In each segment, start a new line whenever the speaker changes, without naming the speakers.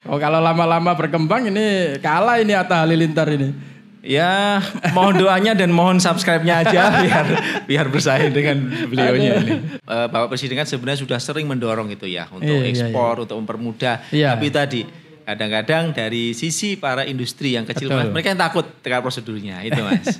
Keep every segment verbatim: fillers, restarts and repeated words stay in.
Oh kalau lama-lama berkembang ini kalah ini Atta Halilintar ini.
Ya mohon doanya dan mohon subscribe-nya aja biar biar bersaing dengan beliaunya ini. Uh, Bapak Presiden kan sebenarnya sudah sering mendorong itu ya untuk iya, ekspor, iya, iya. untuk mempermudah. Iya. Tapi tadi kadang-kadang dari sisi para industri yang kecil, mas, mereka yang takut dengan prosedurnya itu mas.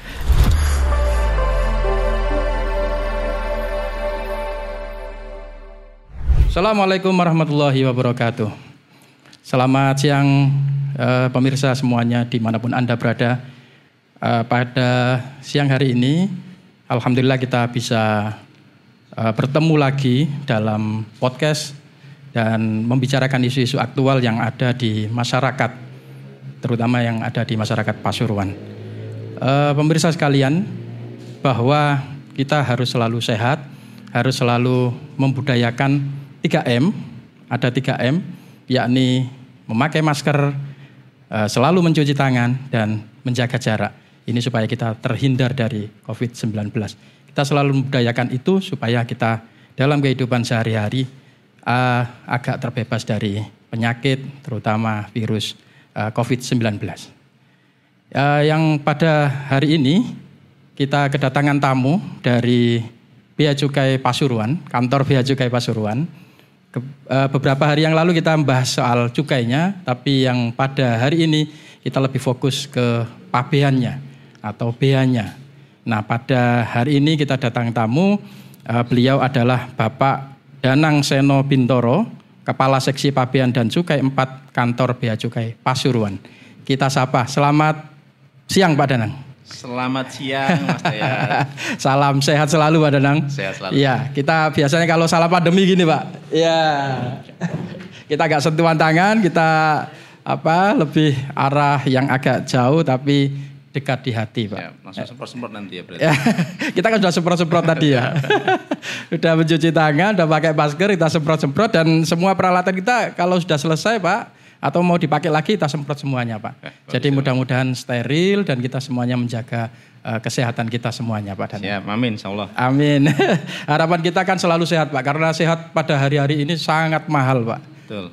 Assalamualaikum warahmatullahi wabarakatuh. Selamat siang eh, pemirsa semuanya dimanapun Anda berada. Eh, pada siang hari ini, alhamdulillah kita bisa eh, bertemu lagi dalam podcast dan membicarakan isu-isu aktual yang ada di masyarakat, terutama yang ada di masyarakat Pasuruan. Eh, pemirsa sekalian, bahwa kita harus selalu sehat, harus selalu membudayakan tiga M, ada tiga M, yakni memakai masker, selalu mencuci tangan, dan menjaga jarak. Ini supaya kita terhindar dari covid sembilan belas. Kita selalu membudayakan itu supaya kita dalam kehidupan sehari-hari uh, agak terbebas dari penyakit, terutama virus uh, covid sembilan belas. Uh, yang pada hari ini kita kedatangan tamu dari Bea Cukai Pasuruan, kantor Bea Cukai Pasuruan. Beberapa hari yang lalu kita membahas soal cukainya, tapi yang pada hari ini kita lebih fokus ke pabeannya atau beanya. Nah, pada hari ini kita datang tamu, beliau adalah Bapak Danang Seno Bintoro, Kepala Seksi Pabean dan Cukai empat Kantor Bea Cukai Pasuruan. Kita sapa, selamat siang Pak Danang.
Selamat siang Mas Dayat.
Salam sehat selalu Pak Danang.
Sehat selalu.
Iya, kita biasanya kalau salah pandemi gini Pak. Iya. Kita agak sentuhan tangan, kita apa lebih arah yang agak jauh tapi dekat di hati Pak.
Ya, langsung semprot-semprot nanti ya berarti.
Ya, kita kan sudah semprot-semprot tadi ya. Sudah mencuci tangan, sudah pakai masker, kita semprot-semprot dan semua peralatan kita kalau sudah selesai Pak, atau mau dipakai lagi kita semprot semuanya Pak. Eh, Jadi mudah-mudahan steril dan kita semuanya menjaga uh, kesehatan kita semuanya Pak Danang.
Siap, amin insyaallah.
Amin. Harapan kita kan selalu sehat Pak, karena sehat pada hari-hari ini sangat mahal Pak.
Betul.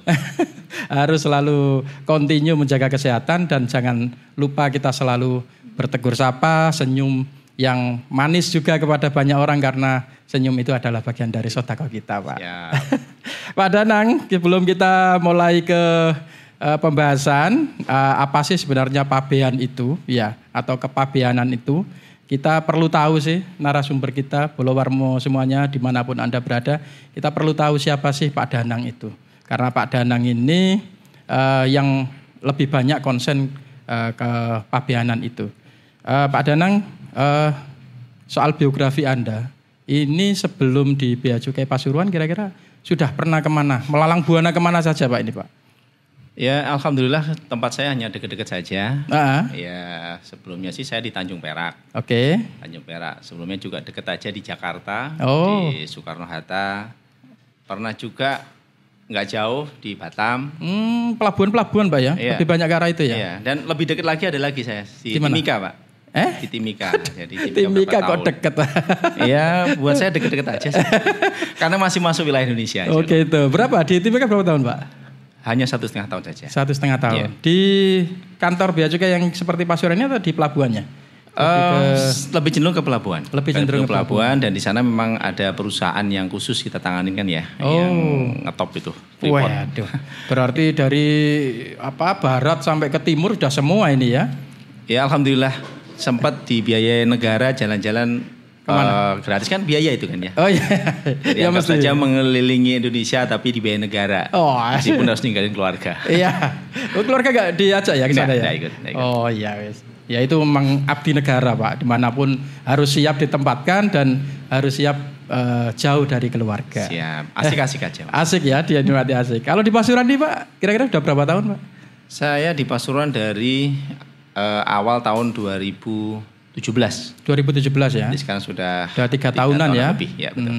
Harus selalu continue menjaga kesehatan dan jangan lupa kita selalu bertegur sapa, senyum yang manis juga kepada banyak orang karena senyum itu adalah bagian dari sedekah kita Pak.
Ya.
Pak Danang, sebelum kita mulai ke uh, pembahasan uh, apa sih sebenarnya pabean itu ya atau kepabeanan itu, kita perlu tahu sih narasumber kita, Bolowarmo semuanya dimanapun Anda berada, kita perlu tahu siapa sih Pak Danang itu. Karena Pak Danang ini uh, yang lebih banyak konsen uh, ke pabeanan itu. Uh, Pak Danang, uh, soal biografi Anda, ini sebelum di Bea Cukai Pasuruan kira-kira sudah pernah kemana? Melalang buana kemana saja Pak ini Pak?
Ya alhamdulillah tempat saya hanya dekat-dekat saja.
Uh-huh.
Ya sebelumnya sih saya di Tanjung Perak.
Oke. Okay.
Tanjung Perak. Sebelumnya juga dekat aja di Jakarta.
Oh.
Di Soekarno-Hatta. Pernah juga nggak jauh di Batam.
Hmm, pelabuhan-pelabuhan Pak ya? Iya. Lebih banyak ke arah itu ya?
Iya. Dan lebih dekat lagi ada lagi saya di Timika Pak.
Eh?
Di Timika. Jadi
Timika kok deket.
Iya, buat saya deket-deket aja sih. Karena masih masuk wilayah Indonesia.
Oke itu. Berapa di Timika berapa tahun Pak?
Hanya satu setengah tahun saja.
Satu setengah tahun. Yeah. Di kantor Bea Cukai yang seperti Pasuruan ini atau di pelabuhannya?
Uh, ke... Lebih cenderung ke pelabuhan.
Lebih cenderung ke pelabuhan.
Dan di sana memang ada perusahaan yang khusus kita tanganin kan ya,
oh.
yang ngetop itu.
Waduh. Berarti dari apa barat sampai ke timur sudah semua ini ya?
Ya alhamdulillah. Sempat dibiayai negara jalan-jalan uh, gratis kan biaya itu kan ya.
Oh iya.
Jadi ya, anggap saja mengelilingi Indonesia tapi dibiayai negara.
Oh.
Meskipun harus ninggalin keluarga.
Iya. Oh, keluarga gak diajak ya ke sana ya?
Nggak ikut, nggak ikut.
Oh iya wes. Ya itu memang abdi negara Pak. Dimanapun harus siap ditempatkan dan harus siap uh, jauh dari keluarga.
Siap. Asik-asik aja Pak.
Asik ya, dia nikmati asik. Kalau di Pasuruan nih Pak, kira-kira udah berapa tahun Pak?
Saya di Pasuruan dari Uh, awal tahun dua ribu tujuh belas.
dua ribu tujuh belas ya.
Jadi sekarang sudah
sudah tiga tahunan ya.
Lebih, ya betul. Hmm.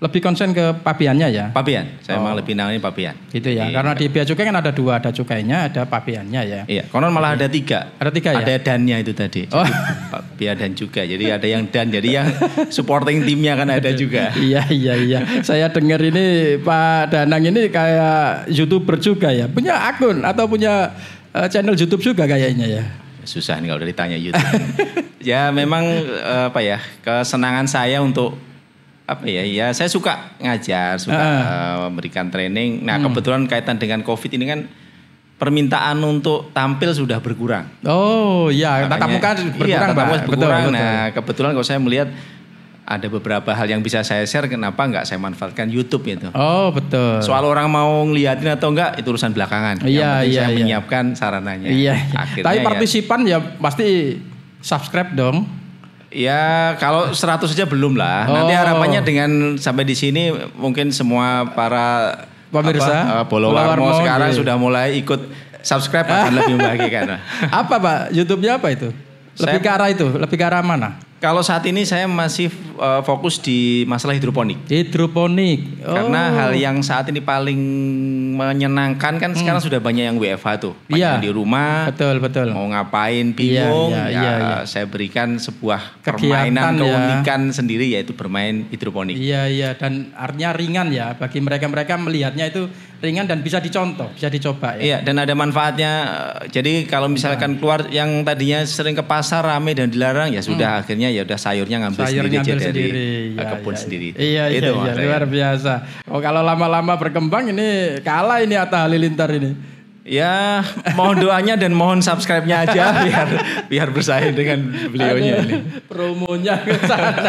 lebih konsen ke pabeannya ya?
Pabean, saya
oh.
memang lebih nangani pabean.
Gitu ya, di, karena di bea cukai kan ada dua, ada cukainya, ada pabeannya ya.
Iya, konon malah ada tiga.
Ada tiga ya?
Ada dannya itu tadi. Oh. Bea dan juga, jadi ada yang dan, jadi yang supporting timnya kan ada juga.
Iya, iya, iya. Saya dengar ini Pak Danang ini kayak YouTuber juga ya, punya akun atau punya uh, channel YouTube juga kayaknya ya.
Susah nih kalau udah ditanya YouTube. Ya memang uh, apa ya, kesenangan saya untuk apa ya, ya saya suka ngajar, suka uh. Uh, memberikan training. Nah hmm. kebetulan kaitan dengan COVID ini kan permintaan untuk tampil sudah berkurang.
Oh iya, tatap muka berkurang.
Iya, tatap muka berkurang.
Betul,
nah
betul.
kebetulan kalau saya melihat ada beberapa hal yang bisa saya share, kenapa nggak saya manfaatkan YouTube gitu.
Oh betul.
Soal orang mau ngeliatin atau enggak itu urusan belakangan.
Iya,
yang penting
iya,
saya
iya.
menyiapkan sarananya.
Iya.
Akhirnya
tapi partisipan ya, ya pasti subscribe dong.
Ya kalau seratus saja belum lah. Oh. Nanti harapannya dengan sampai di sini mungkin semua para
pemirsa
uh, Bolowarmo sekarang gitu. Sudah mulai ikut subscribe akan lebih membahagiakan.
Apa Pak? YouTube-nya apa itu? Lebih saya, ke arah itu? Lebih ke arah mana?
Kalau saat ini saya masih uh, fokus di masalah hidroponik.
Hidroponik.
Oh. Karena hal yang saat ini paling menyenangkan kan hmm. sekarang sudah banyak yang W F H tuh. Banyak
ya.
yang di rumah.
Betul, betul.
Mau ngapain bingung.
Ya, ya,
ya,
ya, ya.
Saya berikan sebuah
kegiatan,
permainan keunikan
ya.
sendiri yaitu bermain hidroponik.
Iya, iya. Dan artinya ringan ya. Bagi mereka-mereka melihatnya itu ringan dan bisa dicontoh, bisa dicoba ya.
Iya, dan ada manfaatnya. Jadi kalau misalkan ya. keluar yang tadinya sering ke pasar rame dan dilarang, ya sudah hmm. akhirnya ya udah sayurnya ngambil
Sayur
sendiri
ngambil
aja dari
sendiri. Ya,
kebun
ya,
sendiri.
Iya, iya,
itu
iya, luar biasa. Oh, kalau lama-lama berkembang ini kalah ini Atta Halilintar ini.
Ya, mohon doanya dan mohon subscribe-nya aja biar biar bersaing dengan beliaunya ini.
Promonya ke sana.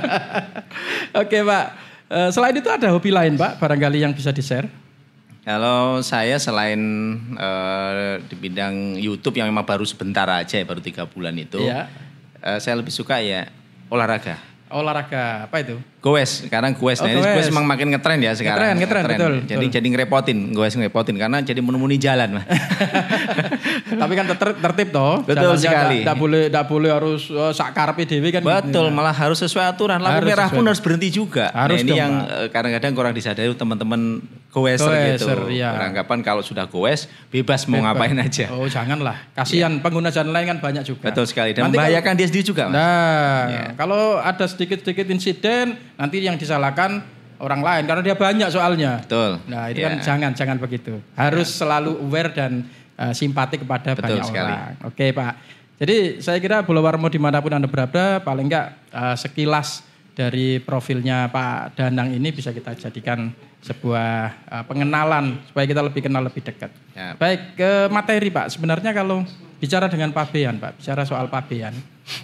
Oke, Pak. Selain itu ada hobi lain, Pak, barangkali yang bisa di-share?
Kalau saya selain uh, di bidang YouTube yang memang baru sebentar aja, baru tiga bulan itu, ya. uh, saya lebih suka ya olahraga.
Olahraga apa itu?
Goes, sekarang goes.
Oh,
nah,
goes.
goes memang makin ngetren ya sekarang.
Ngetren, ngetren, betul.
Jadi
betul.
jadi ngerepotin, goes ngerepotin karena jadi menumuni jalan.
Tapi kan ter tertib toh.
Betul sekali.
Tidak boleh, tidak boleh harus uh, sakarpe dewi kan.
Betul, malah harus sesuai aturan. Lampu merah pun harus berhenti juga.
Harus
nah, ini
dong,
yang uh, kadang-kadang kurang disadari teman-teman goeser gitu.
Iya.
Beranggapan kalau sudah goes bebas mau bebas. ngapain aja.
Oh janganlah, kasihan ya. Pengguna jalan lain kan banyak juga.
Betul sekali dan nanti membahayakan kalau, dia sendiri juga. Mas.
Nah, ya. Kalau ada sedikit-sedikit insiden nanti yang disalahkan orang lain karena dia banyak soalnya.
Betul.
Nah itu
ya.
kan jangan jangan begitu. Harus ya. selalu aware dan uh, simpati kepada
Betul
banyak
sekali.
orang. Oke Pak. Jadi saya kira Bolowarmo dimanapun Anda berada paling enggak uh, sekilas dari profilnya Pak Danang ini bisa kita jadikan sebuah uh, pengenalan supaya kita lebih kenal lebih dekat. Ya. Baik ke materi Pak. Sebenarnya kalau bicara dengan pabean Pak, bicara soal pabean,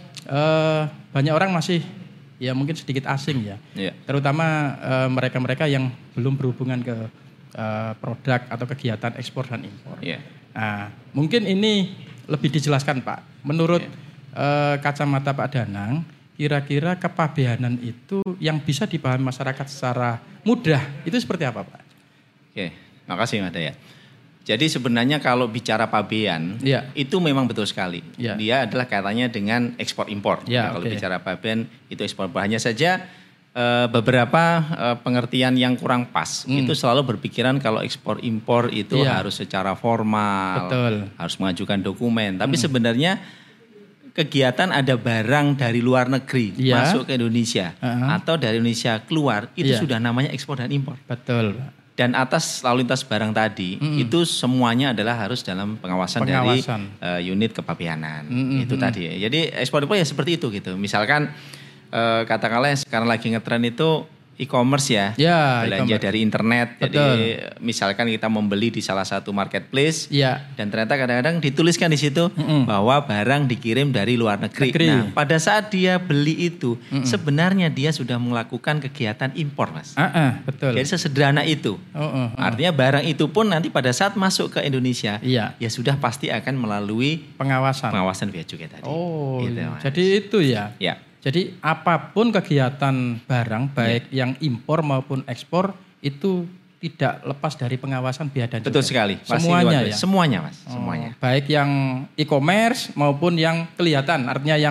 uh, banyak orang masih ya mungkin sedikit asing ya. ya. Terutama uh, mereka-mereka yang belum berhubungan ke uh, produk atau kegiatan ekspor dan impor. Ya. Nah, mungkin ini lebih dijelaskan Pak. Menurut ya. uh, kacamata Pak Danang, kira-kira kepabeanan itu yang bisa dipahami masyarakat secara mudah itu seperti apa Pak?
Oke, makasih Mas Daya. Jadi sebenarnya kalau bicara pabean ya. itu memang betul sekali. Ya. Dia adalah kaitannya dengan ekspor impor.
Ya,
nah, kalau
okay.
bicara pabean itu ekspor impor. Hanya saja e, beberapa e, pengertian yang kurang pas. Hmm. Itu selalu berpikiran kalau ekspor impor itu ya. harus secara formal,
betul.
harus mengajukan dokumen. Tapi hmm. sebenarnya kegiatan ada barang dari luar negeri ya. masuk ke Indonesia uh-huh. atau dari Indonesia keluar itu ya. sudah namanya ekspor dan impor.
Betul.
Dan atas lalu lintas barang tadi mm-hmm. itu semuanya adalah harus dalam pengawasan, pengawasan. dari uh, unit kepabeanan mm-hmm. itu tadi. Jadi ekspor impor ya seperti itu gitu. Misalkan uh, katakanlah sekarang lagi ngetren itu e-commerce ya,
ya
belanja
e-commerce.
dari internet.
Betul.
Jadi misalkan kita membeli di salah satu marketplace
ya.
dan ternyata kadang-kadang dituliskan di situ mm-hmm. bahwa barang dikirim dari luar negeri. negeri. Nah, pada saat dia beli itu mm-hmm. sebenarnya dia sudah melakukan kegiatan impor, Mas.
Uh-uh, betul.
Jadi sesederhana itu.
Uh-uh, uh.
Artinya barang itu pun nanti pada saat masuk ke Indonesia
ya,
ya sudah pasti akan melalui
pengawasan.
Pengawasan bea cukai tadi.
Oh,
gitu,
iya. Jadi itu ya.
Ya.
Jadi apapun kegiatan barang baik ya. yang impor maupun ekspor itu tidak lepas dari pengawasan bea dan cukai.
Betul sekali.
Semuanya ya.
Semuanya Mas,
oh,
semuanya.
Baik yang e-commerce maupun yang kelihatan, artinya yang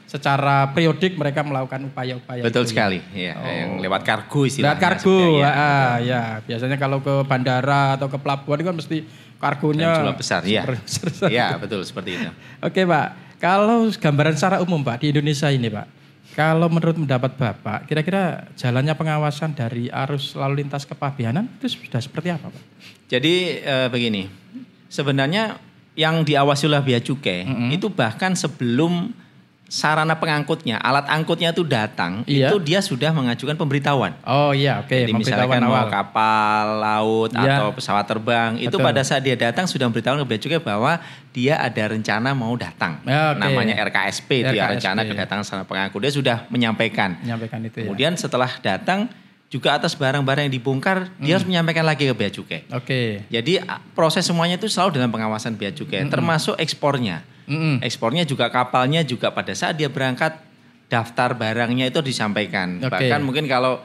secara periodik mereka melakukan upaya-upaya.
Betul
itu,
sekali, ya.
Oh.
Yang lewat kargo istilahnya.
Lewat kargo,
ya,
ah, ya. Biasanya kalau ke bandara atau ke pelabuhan itu kan mesti kargonya
jumlah besar, ya. Ya, betul seperti itu.
Oke, Pak. Kalau gambaran secara umum, Pak, di Indonesia ini, Pak, kalau menurut pendapat Bapak, kira-kira jalannya pengawasan dari arus lalu lintas kepabeanan itu sudah seperti apa, Pak?
Jadi eh, begini, sebenarnya yang diawasi oleh Bea Cukai mm-hmm. itu bahkan sebelum sarana pengangkutnya, alat angkutnya itu datang, iya. itu dia sudah mengajukan pemberitahuan.
Oh iya, oke.
Okay. Jadi misalkan mau kapal laut iya. atau pesawat terbang, Betul. itu pada saat dia datang sudah memberitahukan ke Bea Cukai bahwa dia ada rencana mau datang. Ya, okay. Namanya R K S P, R K S P itu ya, rencana kedatangan sarana pengangkut. Dia sudah menyampaikan.
Menyampaikan itu ya.
Kemudian setelah datang, juga atas barang-barang yang dibongkar, hmm. dia harus menyampaikan lagi ke Bea Cukai.
Oke. Okay.
Jadi proses semuanya itu selalu dalam pengawasan Bea Cukai, mm-hmm. termasuk ekspornya. Mm-hmm. Ekspornya juga kapalnya juga pada saat dia berangkat daftar barangnya itu disampaikan. Okay. Bahkan mungkin kalau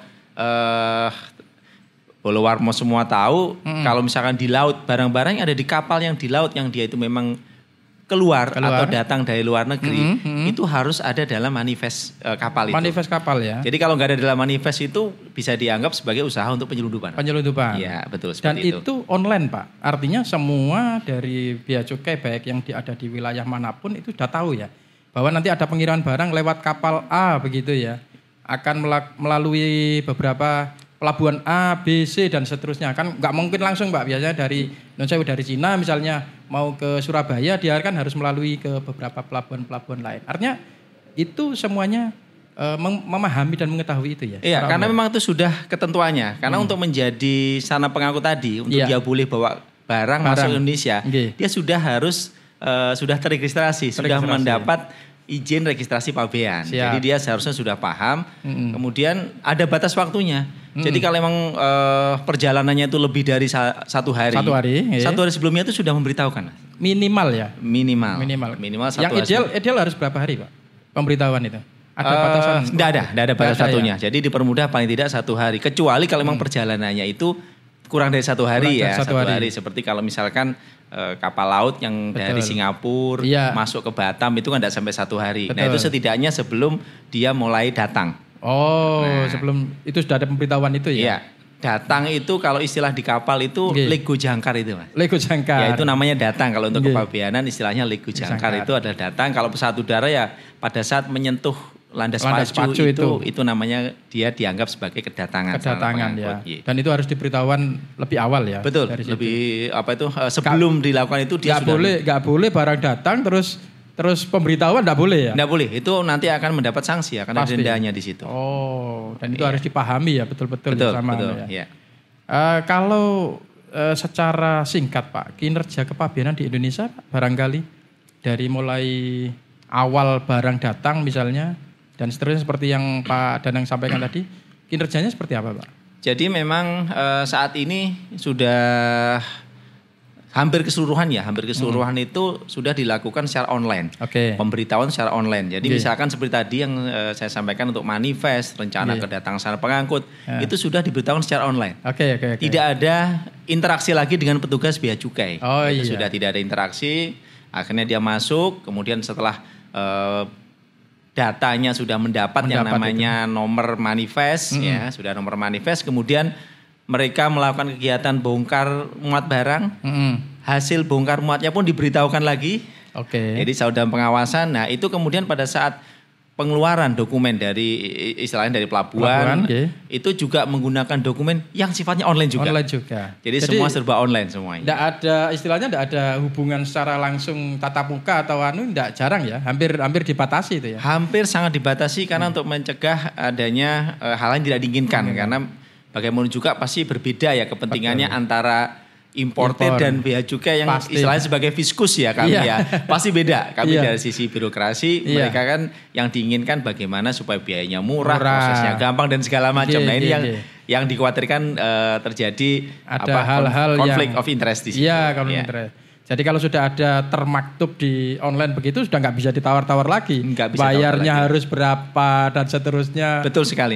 uh, Bolowarmo semua tahu, mm-hmm. kalau misalkan di laut barang-barang yang ada di kapal yang di laut yang dia itu memang keluar, keluar. atau datang dari luar negeri, mm-hmm. itu harus ada dalam manifest uh, kapal itu.
Manifest kapal ya.
Jadi kalau nggak ada dalam manifest itu bisa dianggap sebagai usaha untuk penyelundupan.
Penyelundupan.
Iya betul seperti
Dan
itu.
Dan itu online Pak. Artinya semua dari Bea Cukai baik yang di, ada di wilayah manapun itu sudah tahu ya. Bahwa nanti ada pengiriman barang lewat kapal A begitu ya. Akan melalui beberapa pelabuhan A, B, C dan seterusnya. Kan nggak mungkin langsung Pak. Biasanya dari Indonesia dari Cina misalnya mau ke Surabaya dia kan harus melalui ke beberapa pelabuhan-pelabuhan lain. Artinya itu semuanya e, memahami dan mengetahui itu ya.
Iya, karena umum. Memang itu sudah ketentuannya. Karena hmm. untuk menjadi sarana pengangkut tadi, untuk ya. dia boleh bawa barang, barang. masuk Indonesia, okay. dia sudah harus e, sudah terregistrasi, terregistrasi, sudah mendapat izin registrasi pabean. Siap. Jadi dia seharusnya sudah paham. Hmm. Kemudian ada batas waktunya. Hmm. Jadi kalau memang uh, perjalanannya itu lebih dari sa- satu hari,
satu hari, iya.
satu hari sebelumnya itu sudah memberitahukan.
Minimal ya.
Minimal.
Minimal.
Minimal satu
Yang
hari.
ideal, ideal harus berapa hari Pak? Pemberitahuan itu. Ada
uh,
batasan?
Tidak ada, tidak ada batas satunya. Ya? Jadi dipermudah paling tidak satu hari. Kecuali kalau memang hmm. perjalanannya itu kurang dari satu hari kurang ya, satu, satu hari. hari. Seperti kalau misalkan uh, kapal laut yang Betul. dari Singapura iya. masuk ke Batam itu kan tidak sampai satu hari. Betul. Nah itu setidaknya sebelum dia mulai datang.
Oh, nah, sebelum itu sudah ada pemberitahuan itu ya?
Iya. Datang itu kalau istilah di kapal itu okay. lego jangkar itu Mas.
Lego jangkar.
Ya itu namanya datang. Kalau untuk okay. kepabeanan istilahnya lego jangkar, jangkar itu adalah datang. Kalau pesawat udara ya pada saat menyentuh landas, landas pacu, pacu itu, itu itu namanya dia dianggap sebagai kedatangan.
Kedatangan ya. Iya. Dan itu harus diberitahuan lebih awal ya.
Betul. Lebih apa itu sebelum gak, dilakukan itu dia
gak sudah boleh nggak boleh barang datang terus Terus pemberitahuan enggak boleh ya?
Enggak boleh. Itu nanti akan mendapat sanksi ya karena dendanya di situ.
Oh, dan itu iya. harus dipahami ya betul-betul
betul,
sama
betul,
ya.
Iya.
Uh, kalau uh, secara singkat Pak, kinerja kepabeanan di Indonesia barangkali dari mulai awal barang datang misalnya dan seterusnya seperti yang Pak Danang sampaikan tadi, kinerjanya seperti apa Pak?
Jadi memang uh, saat ini sudah hampir keseluruhan ya, hampir keseluruhan hmm. itu sudah dilakukan secara online.
Okay.
Pemberitahuan secara online. Jadi okay. misalkan seperti tadi yang uh, saya sampaikan untuk manifest, rencana okay. kedatangan sarana pengangkut, yeah. itu sudah diberitahukan secara online.
Okay, okay, okay.
Tidak ada interaksi lagi dengan petugas Bea Cukai.
Oh,
itu
iya.
sudah tidak ada interaksi. Akhirnya dia masuk, kemudian setelah uh, datanya sudah mendapat, mendapat yang namanya itu. nomor manifest, mm-hmm. ya sudah nomor manifest, kemudian mereka melakukan kegiatan bongkar muat barang, mm-hmm. hasil bongkar muatnya pun diberitahukan lagi.
Oke. Okay.
Jadi selalu dalam pengawasan. Nah itu kemudian pada saat pengeluaran dokumen dari istilahnya dari pelabuhan, pelabuhan okay. itu juga menggunakan dokumen yang sifatnya online juga.
Online juga.
Jadi, Jadi semua serba online semuanya.
Tidak ada istilahnya tidak ada hubungan secara langsung tatap muka atau anu, tidak jarang ya. Hampir hampir dibatasi itu ya.
Hampir sangat dibatasi karena hmm. untuk mencegah adanya uh, hal yang tidak diinginkan hmm. karena bagaimana juga pasti berbeda ya kepentingannya Betul. antara importer Impor. dan Bea Cukai yang pasti. istilahnya sebagai fiskus ya kami yeah. ya. Pasti beda. Kami yeah. dari sisi birokrasi, yeah. mereka kan yang diinginkan bagaimana supaya biayanya murah, murah. prosesnya gampang dan segala macam. Yeah, nah ini yeah, yang yeah. yang dikhawatirkan uh, terjadi
ada apa, hal-hal
konflik
yang,
of interest di situ.
Iya, konflik yeah. interest. Jadi kalau sudah ada termaktub di online begitu sudah nggak bisa ditawar-tawar lagi. Bisa Bayarnya lagi. harus berapa dan seterusnya.
Betul sekali.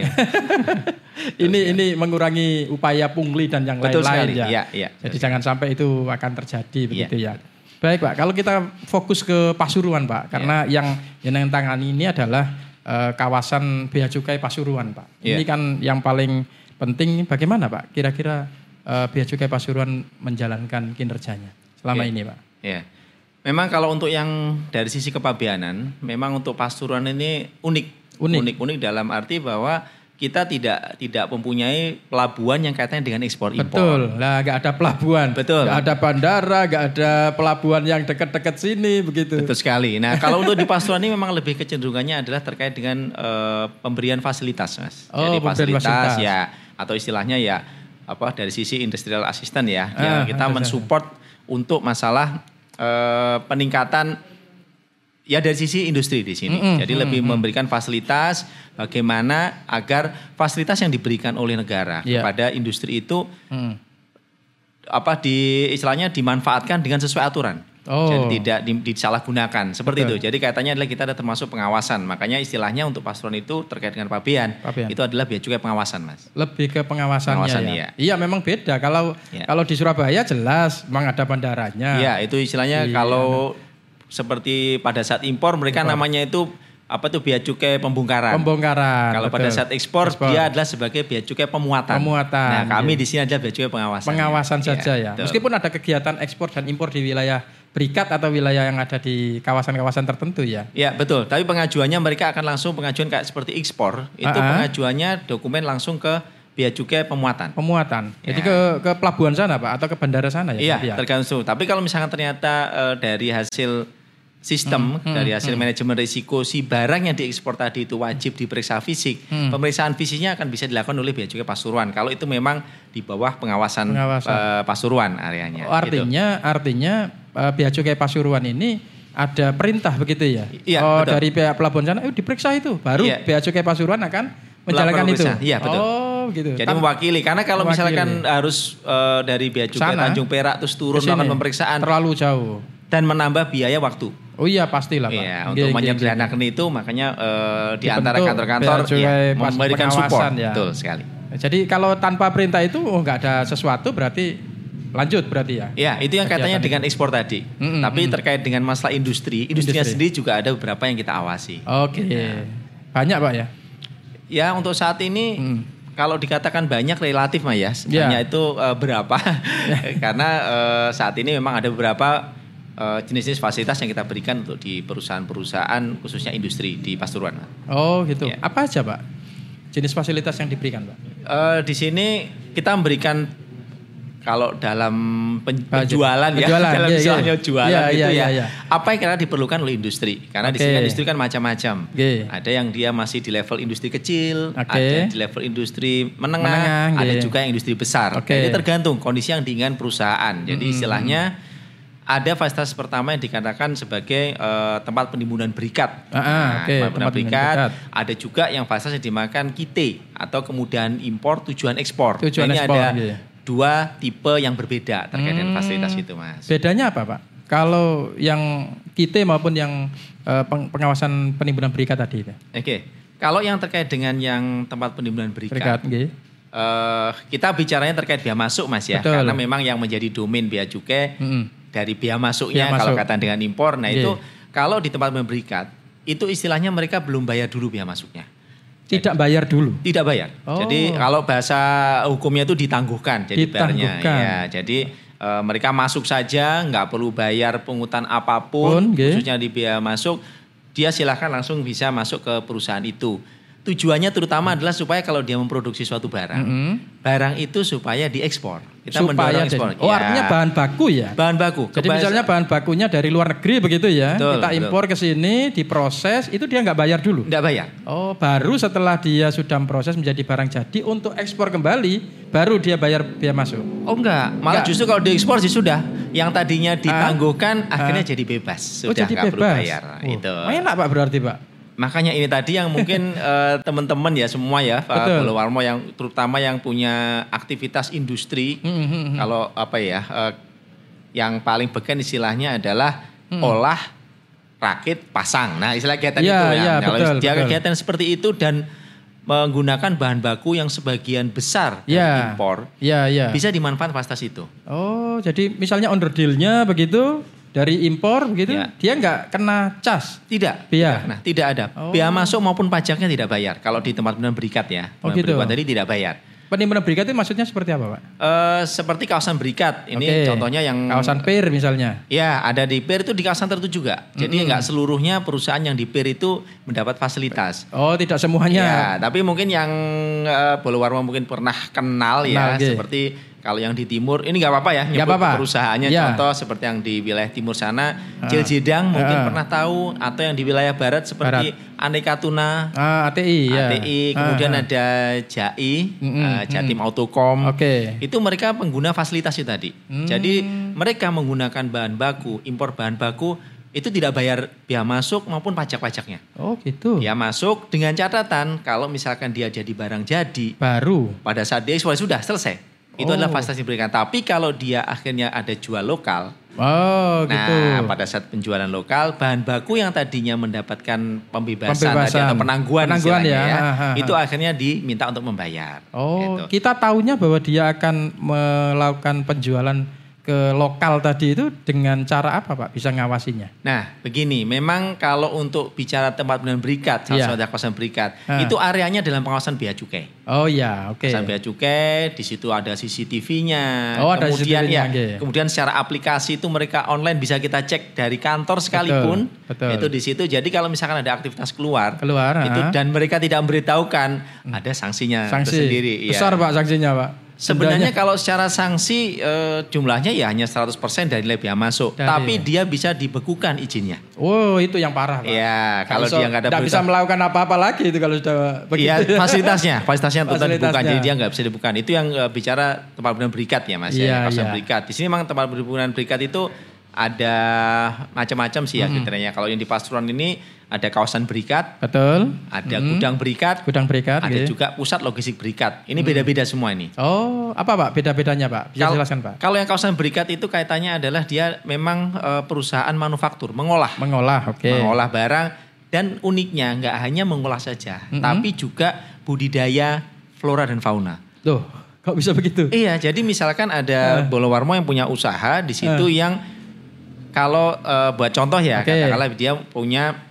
ini Betul ini mengurangi upaya pungli dan yang
Betul
lain-lain
sekali.
ya.
Ya, ya.
Jadi jangan sampai itu akan terjadi begitu ya. ya. Baik Pak, kalau kita fokus ke Pasuruan Pak, karena yeah. yang yang tangani ini adalah uh, kawasan Bea Cukai Pasuruan Pak. Yeah. Ini kan yang paling penting bagaimana Pak? Kira-kira uh, Bea Cukai Pasuruan menjalankan kinerjanya selama yeah. ini Pak?
Ya, yeah. Memang kalau untuk yang dari sisi kepabeanan, memang untuk Pasuruan ini unik, unik, unik, unik dalam arti bahwa kita tidak tidak mempunyai pelabuhan yang kaitannya dengan ekspor impor.
Betul, lah nggak ada pelabuhan,
betul,
nggak ada bandara, nggak ada pelabuhan yang dekat-dekat sini begitu.
Betul sekali. Nah kalau untuk di Pasuruan ini memang lebih kecenderungannya adalah terkait dengan uh, pemberian fasilitas, Mas.
Oh,
jadi fasilitas, fasilitas ya, atau istilahnya ya apa dari sisi industrial assistant ya, ah, ya kita mensupport untuk masalah uh, peningkatan. Ya dari sisi industri di sini. Mm-hmm. Jadi lebih mm-hmm. memberikan fasilitas bagaimana agar fasilitas yang diberikan oleh negara yeah. kepada industri itu mm. apa di istilahnya dimanfaatkan dengan sesuai aturan. Oh. Jadi tidak di, disalahgunakan seperti Betul. Itu. Jadi kaitannya adalah kita ada termasuk pengawasan. Makanya istilahnya untuk Pasuruan itu terkait dengan pabean, pabean. Itu adalah bea cukai pengawasan, Mas.
Lebih ke pengawasannya
pengawasan,
ya.
Iya.
Iya memang beda. Kalau ya. kalau di Surabaya jelas memang ada bandaranya.
Iya, itu istilahnya iya. kalau seperti pada saat impor mereka impor. namanya itu apa tuh bea cukai pembongkaran.
Pembongkaran.
Kalau betul. pada saat ekspor, ekspor dia adalah sebagai bea cukai pemuatan.
Pemuatan.
Nah, kami iya. di sini adalah bea cukai pengawasan.
Pengawasan ya. saja ya. ya. Meskipun ada kegiatan ekspor dan impor di wilayah berikat atau wilayah yang ada di kawasan-kawasan tertentu ya.
Ya, betul. Tapi pengajuannya mereka akan langsung pengajuan kayak seperti ekspor, itu uh-huh. pengajuannya dokumen langsung ke bea cukai pemuatan.
Pemuatan. Ya. Jadi ke ke pelabuhan sana Pak atau ke bandara sana ya?
Iya, tergantung. Tapi kalau misalkan ternyata uh, dari hasil sistem hmm, dari hasil hmm, manajemen risiko si barang yang diekspor tadi itu wajib diperiksa fisik. Hmm. Pemeriksaan fisiknya akan bisa dilakukan oleh Bea Cukai Pasuruan. Kalau itu memang di bawah pengawasan, pengawasan. Uh, Pasuruan areanya.
Oh, artinya gitu. artinya uh, Bea Cukai Pasuruan ini ada perintah begitu ya?
Iya,
oh,
betul.
dari pihak pelabuhan sana, eh diperiksa itu. Baru iya. Bea Cukai Pasuruan akan menjalankan itu.
Iya, betul.
Oh, gitu.
Jadi Tan- mewakili karena kalau mewakili. misalkan harus uh, dari Bea Cukai Tanjung Perak terus turun melakukan pemeriksaan
terlalu jauh
dan menambah biaya waktu.
Oh iya pastilah Pak.
Iya, untuk menyederhanakan itu makanya uh, di antara kantor-kantor ya, memberikan support. Ya. Betul sekali.
Jadi kalau tanpa perintah itu oh nggak ada sesuatu berarti lanjut berarti ya.
Iya, itu yang katanya dengan ekspor tadi. Mm-hmm. Tapi terkait dengan masalah industri, industrinya industri. sendiri juga ada beberapa yang kita awasi.
Oke. Nah. Banyak Pak ya?
Ya untuk saat ini mm. kalau dikatakan banyak relatif Mas ya. Sebenarnya yeah. itu uh, berapa? Karena uh, saat ini memang ada beberapa Uh, jenis-jenis fasilitas yang kita berikan untuk di perusahaan-perusahaan khususnya industri di Pasuruan.
Oh gitu. Ya. Apa aja Pak jenis fasilitas yang diberikan Pak?
Uh, di sini kita memberikan kalau dalam pen- penjualan ya,
penjualan,
dalam
iya,
misalnya
iya.
jualan
iya,
gitu
iya,
ya.
Iya.
Apa yang kira diperlukan oleh industri? Karena okay. di sini industri kan macam-macam.
Okay.
Ada yang dia masih di level industri kecil,
okay.
ada yang di level industri menengah, menengah ada okay. juga yang industri besar. Okay. Jadi tergantung kondisi yang diinginkan perusahaan. Jadi hmm. istilahnya ada fasilitas pertama yang dikatakan sebagai uh, tempat penimbunan berikat.
Ah, nah, okay.
tempat penimbunan berikat. berikat. Ada juga yang fasilitas yang dimakan kite atau kemudian impor tujuan ekspor.
Tujuan
nah, ini
ekspor,
ada
iya.
dua tipe yang berbeda terkait
hmm.
dengan fasilitas itu, Mas.
Bedanya apa, Pak? Kalau yang kite maupun yang uh, pengawasan penimbunan berikat tadi itu.
Oke. Okay. Kalau yang terkait dengan yang tempat penimbunan berikat.
Berikat, okay.
uh, kita bicaranya terkait biaya masuk, Mas ya.
Betul.
Karena memang yang menjadi domain bea cukai hmm. dari biaya masuknya
biaya
kalau
masuk.
kata dengan impor. Nah
yeah.
itu kalau di tempat memberikat itu istilahnya mereka belum bayar dulu biaya masuknya.
Tidak Jadi, bayar dulu.
Tidak bayar. Oh. Jadi kalau bahasa hukumnya itu ditangguhkan. Jadi
ditangguhkan.
Ya, jadi e, mereka masuk saja, nggak perlu bayar pungutan apapun, Pun, khususnya di biaya masuk. Dia silahkan langsung bisa masuk ke perusahaan itu. Tujuannya terutama adalah supaya kalau dia memproduksi suatu barang, mm-hmm. barang itu supaya diekspor. Kita
supaya
mendorong ekspor.
Oh ya. Artinya bahan baku ya?
Bahan baku.
Jadi Kebahasa, misalnya bahan bakunya dari luar negeri begitu ya, betul, kita impor ke sini, diproses, itu dia nggak bayar dulu?
Nggak bayar.
Oh baru setelah dia sudah proses menjadi barang jadi untuk ekspor kembali, baru dia bayar biaya masuk?
Oh enggak, malah enggak. Justru kalau diekspor sih sudah. Yang tadinya ditangguhkan ah, akhirnya ah. jadi bebas. Sudah
oh, jadi
nggak
bebas.
perlu bayar.
Oh.
Itu.
Enak Pak berarti Pak?
Makanya ini tadi yang mungkin uh, teman-teman ya semua ya Pak Bolowarmo yang terutama yang punya aktivitas industri mm-hmm. kalau apa ya uh, yang paling beken istilahnya adalah mm. olah, rakit, pasang. Nah istilah kegiatan
ya,
itu ya.
ya
Kalau
betul,
dia
betul.
kegiatan seperti itu dan menggunakan bahan baku yang sebagian besar dari
ya,
impor
ya, ya.
bisa dimanfaatkan fasilitas itu.
Oh jadi misalnya under deal-nya begitu dari impor gitu,
ya.
dia nggak kena cas?
Tidak.
Bea?
Nah, tidak ada. Oh. Bea masuk maupun pajaknya tidak bayar. Kalau di tempat penimbunan berikat ya.
Oh gitu.
Tadi tidak bayar.
Penimbunan berikat itu maksudnya seperti apa Pak?
Uh, seperti kawasan berikat. Ini okay. contohnya yang...
Kawasan P I R misalnya?
Ya, ada di P I R itu di kawasan tertentu juga. Jadi nggak mm-hmm. seluruhnya perusahaan yang di P I R itu mendapat fasilitas.
Oh, tidak semuanya?
Ya, tapi mungkin yang uh, Bolowarmo mungkin pernah kenal, kenal ya. Okay. Seperti kalau yang di timur, ini nggak apa-apa ya. Nyebut apa-apa. Perusahaannya ya. Contoh seperti yang di wilayah timur sana. Uh. Ciljedang mungkin uh. pernah tahu. Atau yang di wilayah barat seperti barat. Aneka Tuna,
ah, A T I, ya.
A T I, kemudian ah, ada J A I, mm-hmm, uh, Jatim mm. Autocom.
Okay.
Itu mereka pengguna fasilitas itu tadi. Mm. Jadi mereka menggunakan bahan baku, impor bahan baku itu tidak bayar bea masuk maupun pajak-pajaknya.
Oh gitu.
Bea masuk dengan catatan kalau misalkan dia jadi barang jadi,
baru
pada saat dia ekspor sudah selesai. Itu oh. adalah fasilitas yang diberikan. Tapi kalau dia akhirnya ada jual lokal,
oh,
nah
gitu.
pada saat penjualan lokal, bahan baku yang tadinya mendapatkan pembebasan,
pembebasan.
Tadi, atau penangguhan,
penangguhan ya,
ya
ha, ha, ha.
itu akhirnya diminta untuk membayar.
Oh,
gitu.
Kita tahunya bahwa dia akan melakukan penjualan ke lokal tadi itu dengan cara apa Pak? Bisa ngawasinya?
Nah begini, memang kalau untuk bicara tempat penimbunan berikat, salah satu kawasan berikat, ha. itu areanya dalam pengawasan bea cukai.
Oh iya, oke. Okay.
Kawasan bea cukai, di situ ada C C T V-nya.
Oh, ada
kemudian
C C T V-nya,
ya, okay. kemudian secara aplikasi itu mereka online bisa kita cek dari kantor sekalipun.
Betul, betul.
Itu di situ. Jadi kalau misalkan ada aktivitas keluar,
keluar
itu
ha.
dan mereka tidak memberitahukan, hmm. ada sanksinya
Sanksi.
tersendiri.
Besar ya. Pak sanksinya Pak.
Sebenarnya Dendanya. Kalau secara sanksi e, jumlahnya ya hanya seratus persen dari nilai bea masuk, dari, tapi dia bisa dibekukan izinnya.
Oh, itu yang parah Pak.
Iya, kalau
so,
dia nggak ada
berita, bisa melakukan apa-apa lagi itu kalau sudah begitu.
Iya, fasilitasnya, fasilitasnya tetap dibuka, jadi dia nggak bisa dibuka. Itu yang e, bicara tempat penimbunan berikat ya Mas ya, kawasan iya. berikat. Di sini memang tempat penimbunan berikat itu ada macam-macam sih ya mm-hmm. kriteria. Kalau yang di Pasuruan ini ada kawasan berikat,
betul.
Ada
mm-hmm.
gudang berikat,
gudang berikat.
Ada
okay.
juga pusat logistik berikat. Ini mm. beda-beda semua ini.
Oh, apa Pak? Beda-bedanya Pak? Bisa
Kal-
jelaskan Pak?
Kalau yang kawasan berikat itu kaitannya adalah dia memang e, perusahaan manufaktur, mengolah,
mengolah, oke. Okay.
Mengolah barang dan uniknya nggak hanya mengolah saja, mm-hmm. tapi juga budidaya flora dan fauna.
Tuh, kok bisa begitu?
Iya, jadi misalkan ada uh. Bolowarmo yang punya usaha di situ uh. yang kalau uh, buat contoh ya, okay. katakanlah dia punya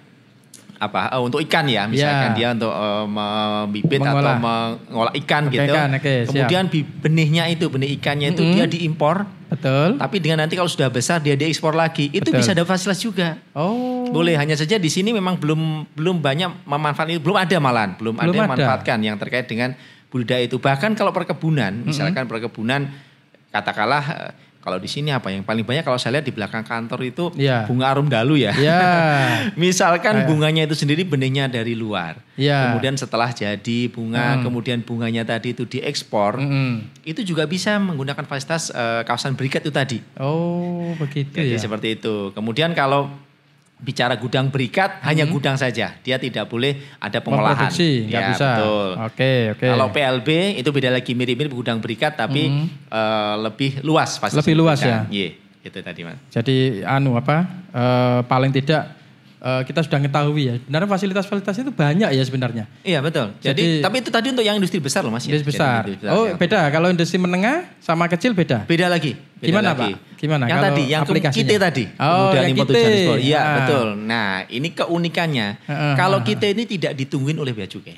apa uh, untuk ikan ya, misalkan yeah. dia untuk uh, membibit mengolah. Atau mengolah ikan okay, gitu. Ikan, okay, kemudian siap. benihnya itu, benih ikannya itu mm-hmm. dia diimpor.
Betul.
Tapi dengan nanti kalau sudah besar dia diekspor lagi, itu Betul. bisa ada fasilitas juga.
Oh.
Boleh, hanya saja di sini memang belum belum banyak memanfaatkan, belum ada malahan, belum, belum ada yang memanfaatkan yang terkait dengan budidaya itu. Bahkan kalau perkebunan, mm-hmm. misalkan perkebunan katakanlah kalau di sini apa yang paling banyak kalau saya lihat di belakang kantor itu ya. bunga arum dalu ya. ya. Misalkan ya. bunganya itu sendiri benihnya dari luar. Ya. Kemudian setelah jadi bunga, hmm. kemudian bunganya tadi itu diekspor, hmm. itu juga bisa menggunakan fasilitas uh, kawasan berikat itu tadi.
Oh, begitu
Jadi
ya.
seperti itu. Kemudian kalau bicara gudang berikat, hmm. hanya gudang saja. Dia tidak boleh ada pengolahan.
Memproduksi, nggak
ya,
bisa.
Betul.
Oke, oke.
Kalau P L B itu beda lagi, mirip-mirip gudang berikat tapi hmm. uh, lebih luas fasilitas.
Lebih luas ya.
Iya, itu tadi Mas.
Jadi anu apa? Uh, paling tidak uh, kita sudah mengetahui ya. Sebenarnya fasilitas-fasilitas itu banyak ya sebenarnya.
Iya, betul. Jadi, Jadi tapi itu tadi untuk yang industri besar loh Mas.
Industri
ya?
besar. Industri besar. Oh, ya. Beda. Kalau industri menengah sama kecil beda.
Beda lagi. Beda
Gimana
lagi.
Pak? Gimana?
Yang
kalau
tadi, yang kita tadi.
Oh, yang kita.
Iya, ah. betul. Nah, ini keunikannya. Uh, kalau uh, kita ini tidak ditungguin oleh bea cukai.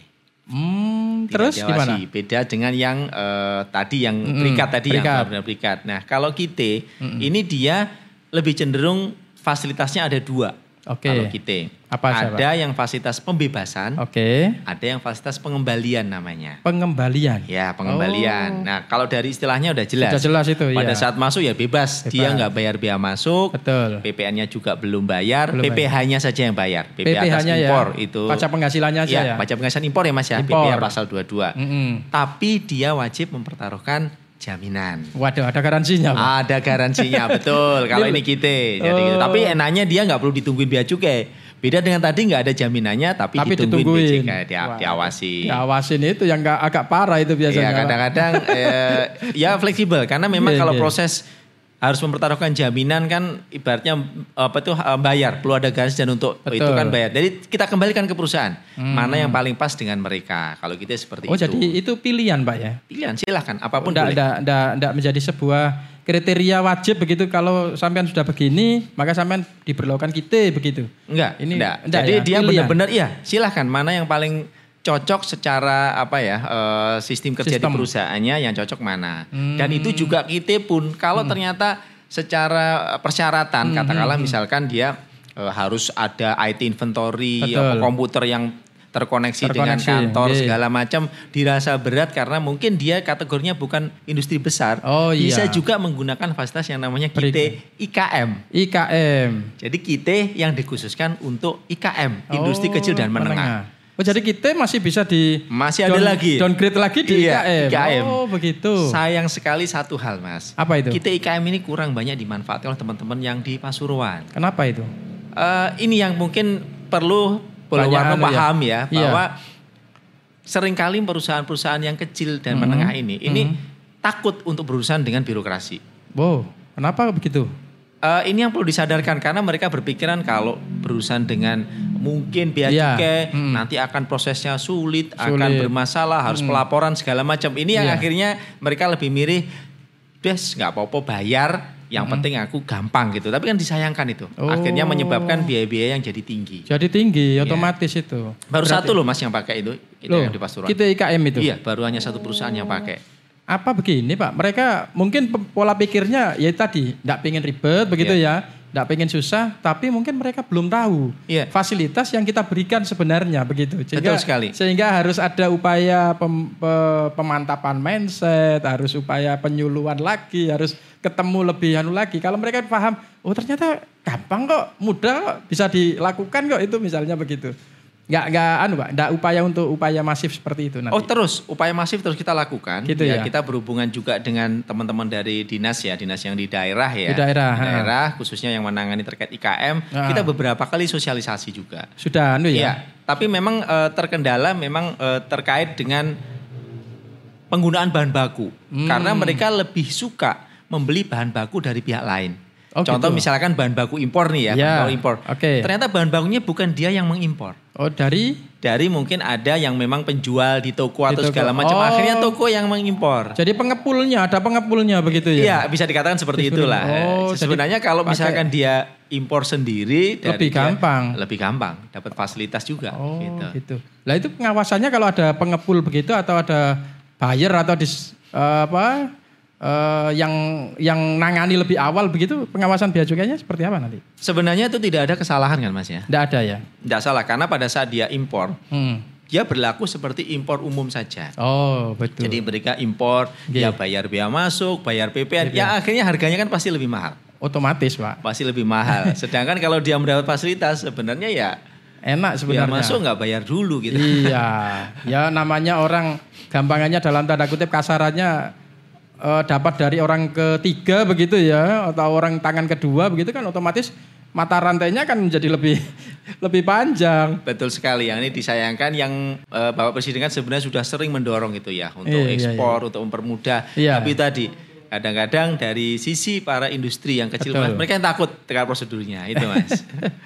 Hmm, terus gimana?
Beda dengan yang uh, tadi yang mm-hmm. berikat tadi berikat. yang benar berikat. Nah, kalau kita mm-hmm. ini dia lebih cenderung fasilitasnya ada dua.
Oke. Okay.
Kalau kita
apa
ada
siapa?
yang fasilitas pembebasan.
Oke. Okay.
Ada yang fasilitas pengembalian namanya.
Pengembalian.
Ya, pengembalian. Oh. Nah, kalau dari istilahnya udah jelas.
Sudah jelas itu.
Pada
ya.
saat masuk ya bebas. bebas. Dia nggak bayar bea masuk.
Betul.
P P N-nya juga belum bayar.
Belum
P P H-nya saja yang bayar. P P H atas
ya.
impor itu.
Pajak penghasilannya aja
ya.
ya.
Pajak penghasilan impor ya Mas ya.
Impor.
P P H pasal dua puluh dua.
Mm-hmm.
Tapi dia wajib mempertaruhkan jaminan.
Waduh, ada garansinya Pak?
Ada garansinya, betul. Kalau ini kita. Jadi, oh. Tapi enaknya dia nggak perlu ditungguin bea cukai. Beda dengan tadi nggak ada jaminannya, tapi, tapi ditungguin, ditungguin. B J K, dia, diawasi.
Diawasin itu yang gak, agak parah itu biasanya.
Ya kadang-kadang eh, ya fleksibel karena memang yeah, kalau yeah. proses harus mempertaruhkan jaminan kan ibaratnya apa tuh bayar, perlu ada garansi dan untuk Betul. itu kan bayar. Jadi kita kembalikan ke perusahaan hmm. mana yang paling pas dengan mereka. Kalau kita seperti
oh,
itu.
Oh jadi itu pilihan Pak ya?
Pilihan silahkan apapun
nggak,
boleh.
Nggak, nggak, nggak menjadi sebuah kriteria wajib begitu kalau sampean sudah begini maka sampean diberlakukan kita begitu.
Enggak, ini enggak. enggak Jadi ya? dia benar-benar iya, silahkan mana yang paling cocok secara apa ya uh, sistem kerja sistem. di perusahaannya yang cocok mana. Hmm. Dan itu juga kita pun kalau hmm. ternyata secara persyaratan hmm. katakanlah hmm. misalkan dia uh, harus ada I T inventory, apa, komputer yang terkoneksi, terkoneksi dengan kantor okay. segala macam dirasa berat karena mungkin dia kategorinya bukan industri besar. Oh, iya. Bisa juga menggunakan fasilitas yang namanya K I T I K M.
I K M.
Jadi K I T yang dikhususkan untuk I K M, oh, industri kecil dan menengah. menengah.
Oh jadi kita masih bisa di
masih ada down, lagi
downgrade lagi di iya, I K M. I K M. Oh begitu.
Sayang sekali satu hal Mas.
Apa itu?
K I T I K M ini kurang banyak dimanfaatkan oleh teman-teman yang di Pasuruan.
Kenapa itu?
Uh, ini yang mungkin perlu Polwarno paham ya, ya bahwa iya. seringkali perusahaan-perusahaan yang kecil dan mm-hmm. menengah ini ini mm-hmm. takut untuk berurusan dengan birokrasi.
Wow, kenapa begitu?
Uh, ini yang perlu disadarkan karena mereka berpikiran kalau berurusan dengan mungkin bea cukai yeah. hmm. nanti akan prosesnya sulit, sulit. akan bermasalah, harus hmm. pelaporan segala macam. Ini yang yeah. akhirnya mereka lebih mirip, des nggak apa-apa bayar, yang hmm. penting aku gampang gitu. Tapi kan disayangkan itu, oh. akhirnya menyebabkan biaya-biaya yang jadi tinggi.
Jadi tinggi, otomatis yeah. itu.
Baru Berarti, satu loh Mas yang pakai itu, itu loh, yang di Pasuruan.
Kita I K M itu.
Iya, baru hanya satu perusahaan yang pakai.
Apa begini Pak, mereka mungkin pola pikirnya ya tadi, tidak pengen ribet begitu yeah. ya, tidak pengen susah, tapi mungkin mereka belum tahu yeah. fasilitas yang kita berikan sebenarnya begitu. Sehingga,
Betul sekali.
Sehingga harus ada upaya pem, pe, pemantapan mindset, harus upaya penyuluhan lagi, harus ketemu lebih anu lagi. Kalau mereka paham, oh ternyata gampang kok, mudah kok, bisa dilakukan kok itu misalnya begitu. Enggak enggak anu Pak, enggak upaya untuk upaya masif seperti itu nanti.
Oh, terus upaya masif terus kita lakukan.
Gitu ya, ya.
Kita berhubungan juga dengan teman-teman dari dinas ya, dinas yang di daerah ya.
Di daerah.
Di daerah khususnya yang menangani terkait I K M, ha. Kita beberapa kali sosialisasi juga.
Sudah anu ya.
Iya, tapi memang e, terkendala memang e, terkait dengan penggunaan bahan baku. Hmm. Karena mereka lebih suka membeli bahan baku dari pihak lain. Oh, Contoh gitu. Misalkan bahan baku impor nih ya,
ya.
bahan impor.
Okay.
Ternyata bahan bakunya bukan dia yang mengimpor.
Oh dari?
Dari mungkin ada yang memang penjual di toko atau di toko. segala macam. Oh. Akhirnya toko yang mengimpor.
Jadi pengepulnya, ada pengepulnya begitu ya?
Iya bisa dikatakan seperti Disuruh. itulah. Oh, Sebenarnya kalau pakai. misalkan dia impor sendiri.
Lebih gampang.
Lebih gampang, dapat fasilitas juga.
Oh
gitu.
gitu. Lah itu pengawasannya kalau ada pengepul begitu atau ada buyer atau dis, uh, apa... Uh, yang yang nangani lebih awal begitu pengawasan bea cukainya seperti apa nanti?
Sebenarnya itu tidak ada kesalahan kan Mas ya?
Tidak ada ya?
Tidak salah karena pada saat dia impor, hmm. dia berlaku seperti impor umum saja.
Oh betul.
Jadi mereka impor, yeah. dia bayar bea masuk, bayar P P N, yeah. ya akhirnya harganya kan pasti lebih mahal.
Otomatis Pak.
Pasti lebih mahal. Sedangkan kalau dia mendapat fasilitas sebenarnya ya
enak sebenarnya.
Biar masuk nggak bayar dulu gitu.
Iya, ya namanya orang gampangannya dalam tanda kutip kasarannya. Uh, dapat dari orang ketiga begitu ya atau orang tangan kedua begitu kan otomatis mata rantainya kan menjadi lebih lebih panjang.
Betul sekali, yang ini disayangkan yang uh, Bapak Presiden kan sebenarnya sudah sering mendorong itu ya untuk iya, ekspor, iya. untuk mempermudah. Iya. Tapi tadi kadang-kadang dari sisi para industri yang kecil Mas, mereka yang takut dengan prosedurnya itu Mas.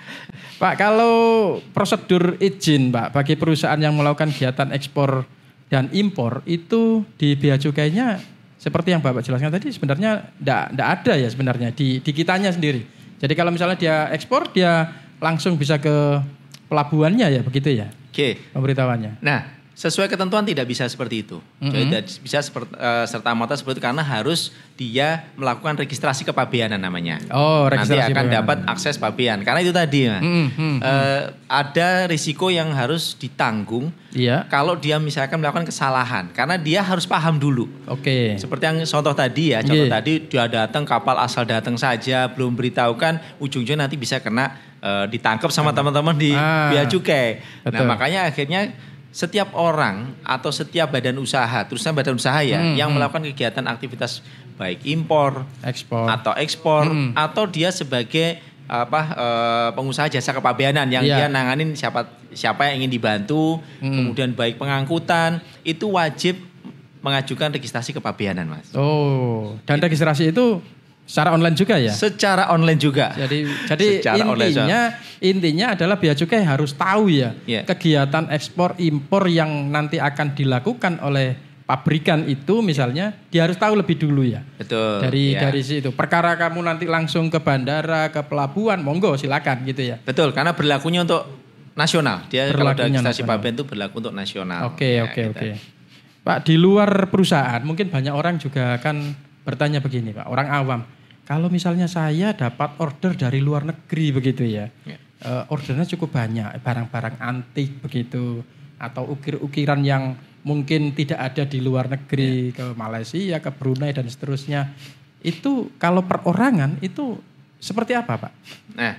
Pak, kalau prosedur izin Pak bagi perusahaan yang melakukan kegiatan ekspor dan impor itu di bea cukainya seperti yang Bapak jelaskan tadi sebenarnya tidak ada ya sebenarnya di, di kitanya sendiri. Jadi kalau misalnya dia ekspor dia langsung bisa ke pelabuhannya ya begitu ya.
Oke.
Pemberitahuannya.
Nah sesuai ketentuan tidak bisa seperti itu. Mm-hmm. Jadi tidak bisa seperti, uh, serta-merta seperti itu karena harus dia melakukan registrasi kepabeanan namanya.
Oh registrasi.
Nanti akan dapat akses pabean. Karena itu tadi mm-hmm. uh, ada risiko yang harus ditanggung.
Iya.
Kalau dia misalkan melakukan kesalahan, karena dia harus paham dulu.
Oke. Okay.
Seperti yang contoh tadi ya, contoh yeah. tadi dia datang kapal asal datang saja, belum beritahukan, ujung-ujungnya nanti bisa kena uh, ditangkap sama teman-teman di ah, bea cukai. Betul. Nah makanya akhirnya setiap orang atau setiap badan usaha, terusnya badan usaha ya, hmm, yang hmm. melakukan kegiatan aktivitas baik impor,
ekspor
atau ekspor, hmm. atau dia sebagai apa e, pengusaha jasa kepabeanan yang yeah. dia nanganin siapa siapa yang ingin dibantu, hmm. kemudian baik pengangkutan itu wajib mengajukan registrasi kepabeanan Mas.
Oh, dan gitu. Registrasi itu secara online juga ya?
Secara online juga.
Jadi jadi intinya intinya adalah bea cukai harus tahu ya yeah. kegiatan ekspor impor yang nanti akan dilakukan oleh pabrikan itu misalnya dia harus tahu lebih dulu ya.
Betul.
Dari
ya.
dari situ. Perkara kamu nanti langsung ke bandara, ke pelabuhan, monggo silakan gitu ya.
Betul, karena berlakunya untuk nasional. Dia kalau registrasi pabean itu berlaku untuk nasional.
Oke, ya, oke, gitu. oke. Pak, di luar perusahaan mungkin banyak orang juga akan bertanya begini, Pak. Orang awam, kalau misalnya saya dapat order dari luar negeri begitu ya. ya. Uh, ordernya cukup banyak, barang-barang antik begitu atau ukir-ukiran yang mungkin tidak ada di luar negeri, ya. Ke Malaysia, ke Brunei dan seterusnya. Itu kalau perorangan itu seperti apa, Pak?
Nah,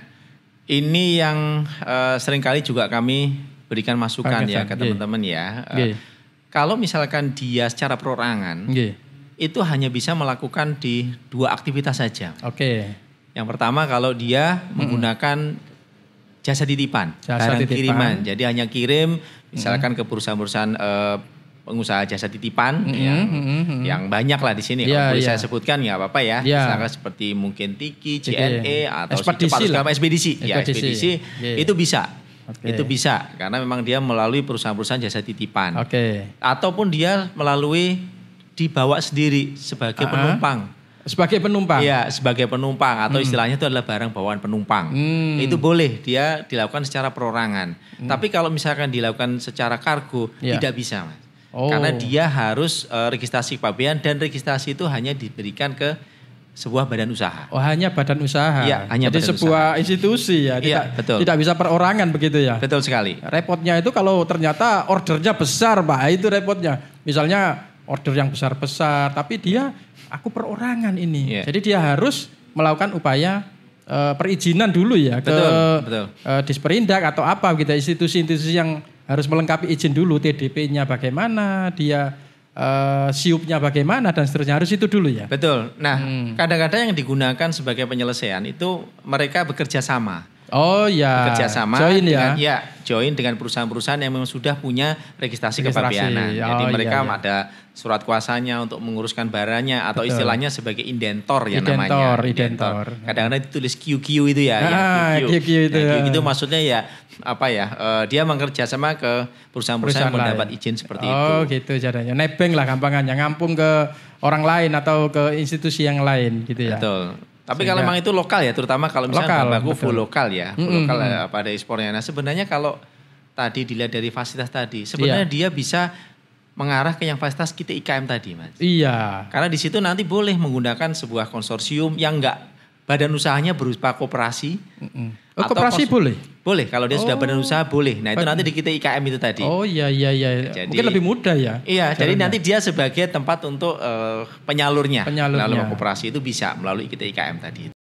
ini yang uh, seringkali juga kami berikan masukan Pake, ya ke teman-teman ya. Uh, kalau misalkan dia secara perorangan, Ye. itu hanya bisa melakukan di dua aktivitas saja.
Oke. Okay.
Yang pertama kalau dia mm-hmm. menggunakan jasa titipan,
jasa
barang
titipan.
kiriman. Jadi hanya kirim misalkan mm-hmm. ke perusahaan-perusahaan uh, pengusaha jasa titipan mm-hmm. yang mm-hmm. yang banyak lah di sini. Yeah, kalau boleh yeah. saya sebutkan ya apa-apa ya. Yeah. Misalkan seperti mungkin Tiki, J N E atau
ekspedisi
cepat ekspedisi. Ya, ekspedisi yeah. itu bisa. Okay. Itu bisa karena memang dia melalui perusahaan-perusahaan jasa titipan.
Oke. Okay.
Ataupun dia melalui dibawa sendiri sebagai uh-huh. penumpang.
Sebagai penumpang?
Iya, sebagai penumpang atau hmm. istilahnya itu adalah barang bawaan penumpang. Hmm. Itu boleh dia dilakukan secara perorangan. Hmm. Tapi kalau misalkan dilakukan secara kargo ya. Tidak bisa, Mas. Oh. Karena dia harus uh, registrasi pabean dan registrasi itu hanya diberikan ke sebuah badan usaha.
Oh, hanya badan usaha.
Iya, hanya
Jadi
badan
sebuah
usaha.
Institusi ya, tidak,
ya, betul.
tidak bisa perorangan begitu ya.
Betul sekali.
Repotnya itu kalau ternyata ordernya besar, Pak, itu repotnya. Misalnya order yang besar-besar, tapi dia aku perorangan ini. Yeah. Jadi dia harus melakukan upaya uh, perizinan dulu ya
betul,
ke
betul.
Uh, Disperindak atau apa gitu, institusi-institusi yang harus melengkapi izin dulu, T D P-nya bagaimana, dia uh, siupnya bagaimana dan seterusnya, harus itu dulu ya.
Betul. Nah, hmm. kadang-kadang yang digunakan sebagai penyelesaian itu mereka bekerja sama.
Oh ya,
bekerja sama
join
dengan,
ya.
ya join dengan perusahaan-perusahaan yang memang sudah punya registrasi, registrasi. kepabeanan. Oh, Jadi mereka iya, iya. ada surat kuasanya untuk menguruskan barangnya atau Betul. istilahnya sebagai indentor ya
identor,
namanya.
Identor.
Kadang-kadang ditulis Q Q itu ya.
Ah,
ya Q Q.
Q Q itu.
Nah, Q Q itu maksudnya ya apa ya? Uh, dia bekerja sama ke perusahaan-perusahaan yang mendapat izin seperti
oh,
itu.
Oh gitu caranya. Nebeng lah gampangannya, ngampung ke orang lain atau ke institusi yang lain gitu ya.
Betul. Tapi Sehingga, kalau memang itu lokal ya, terutama kalau misalnya baku full lokal ya, full mm-hmm. lokal ya, pada ekspornya. Nah sebenarnya kalau tadi dilihat dari fasilitas tadi, sebenarnya iya. dia bisa mengarah ke yang fasilitas kita I K M tadi, Mas.
Iya.
Karena di situ nanti boleh menggunakan sebuah konsorsium yang enggak badan usahanya berupa koperasi.
Mm-hmm. Oh, koperasi kons- boleh?
Boleh, kalau dia oh. sudah badan usaha boleh. Nah itu nanti di kita I K M itu tadi.
Oh iya iya iya. Jadi, mungkin lebih mudah ya.
Iya, caranya. Jadi nanti dia sebagai tempat untuk uh, penyalurnya.
Penyalurnya.
Melalui koperasi itu bisa melalui kita I K M tadi itu.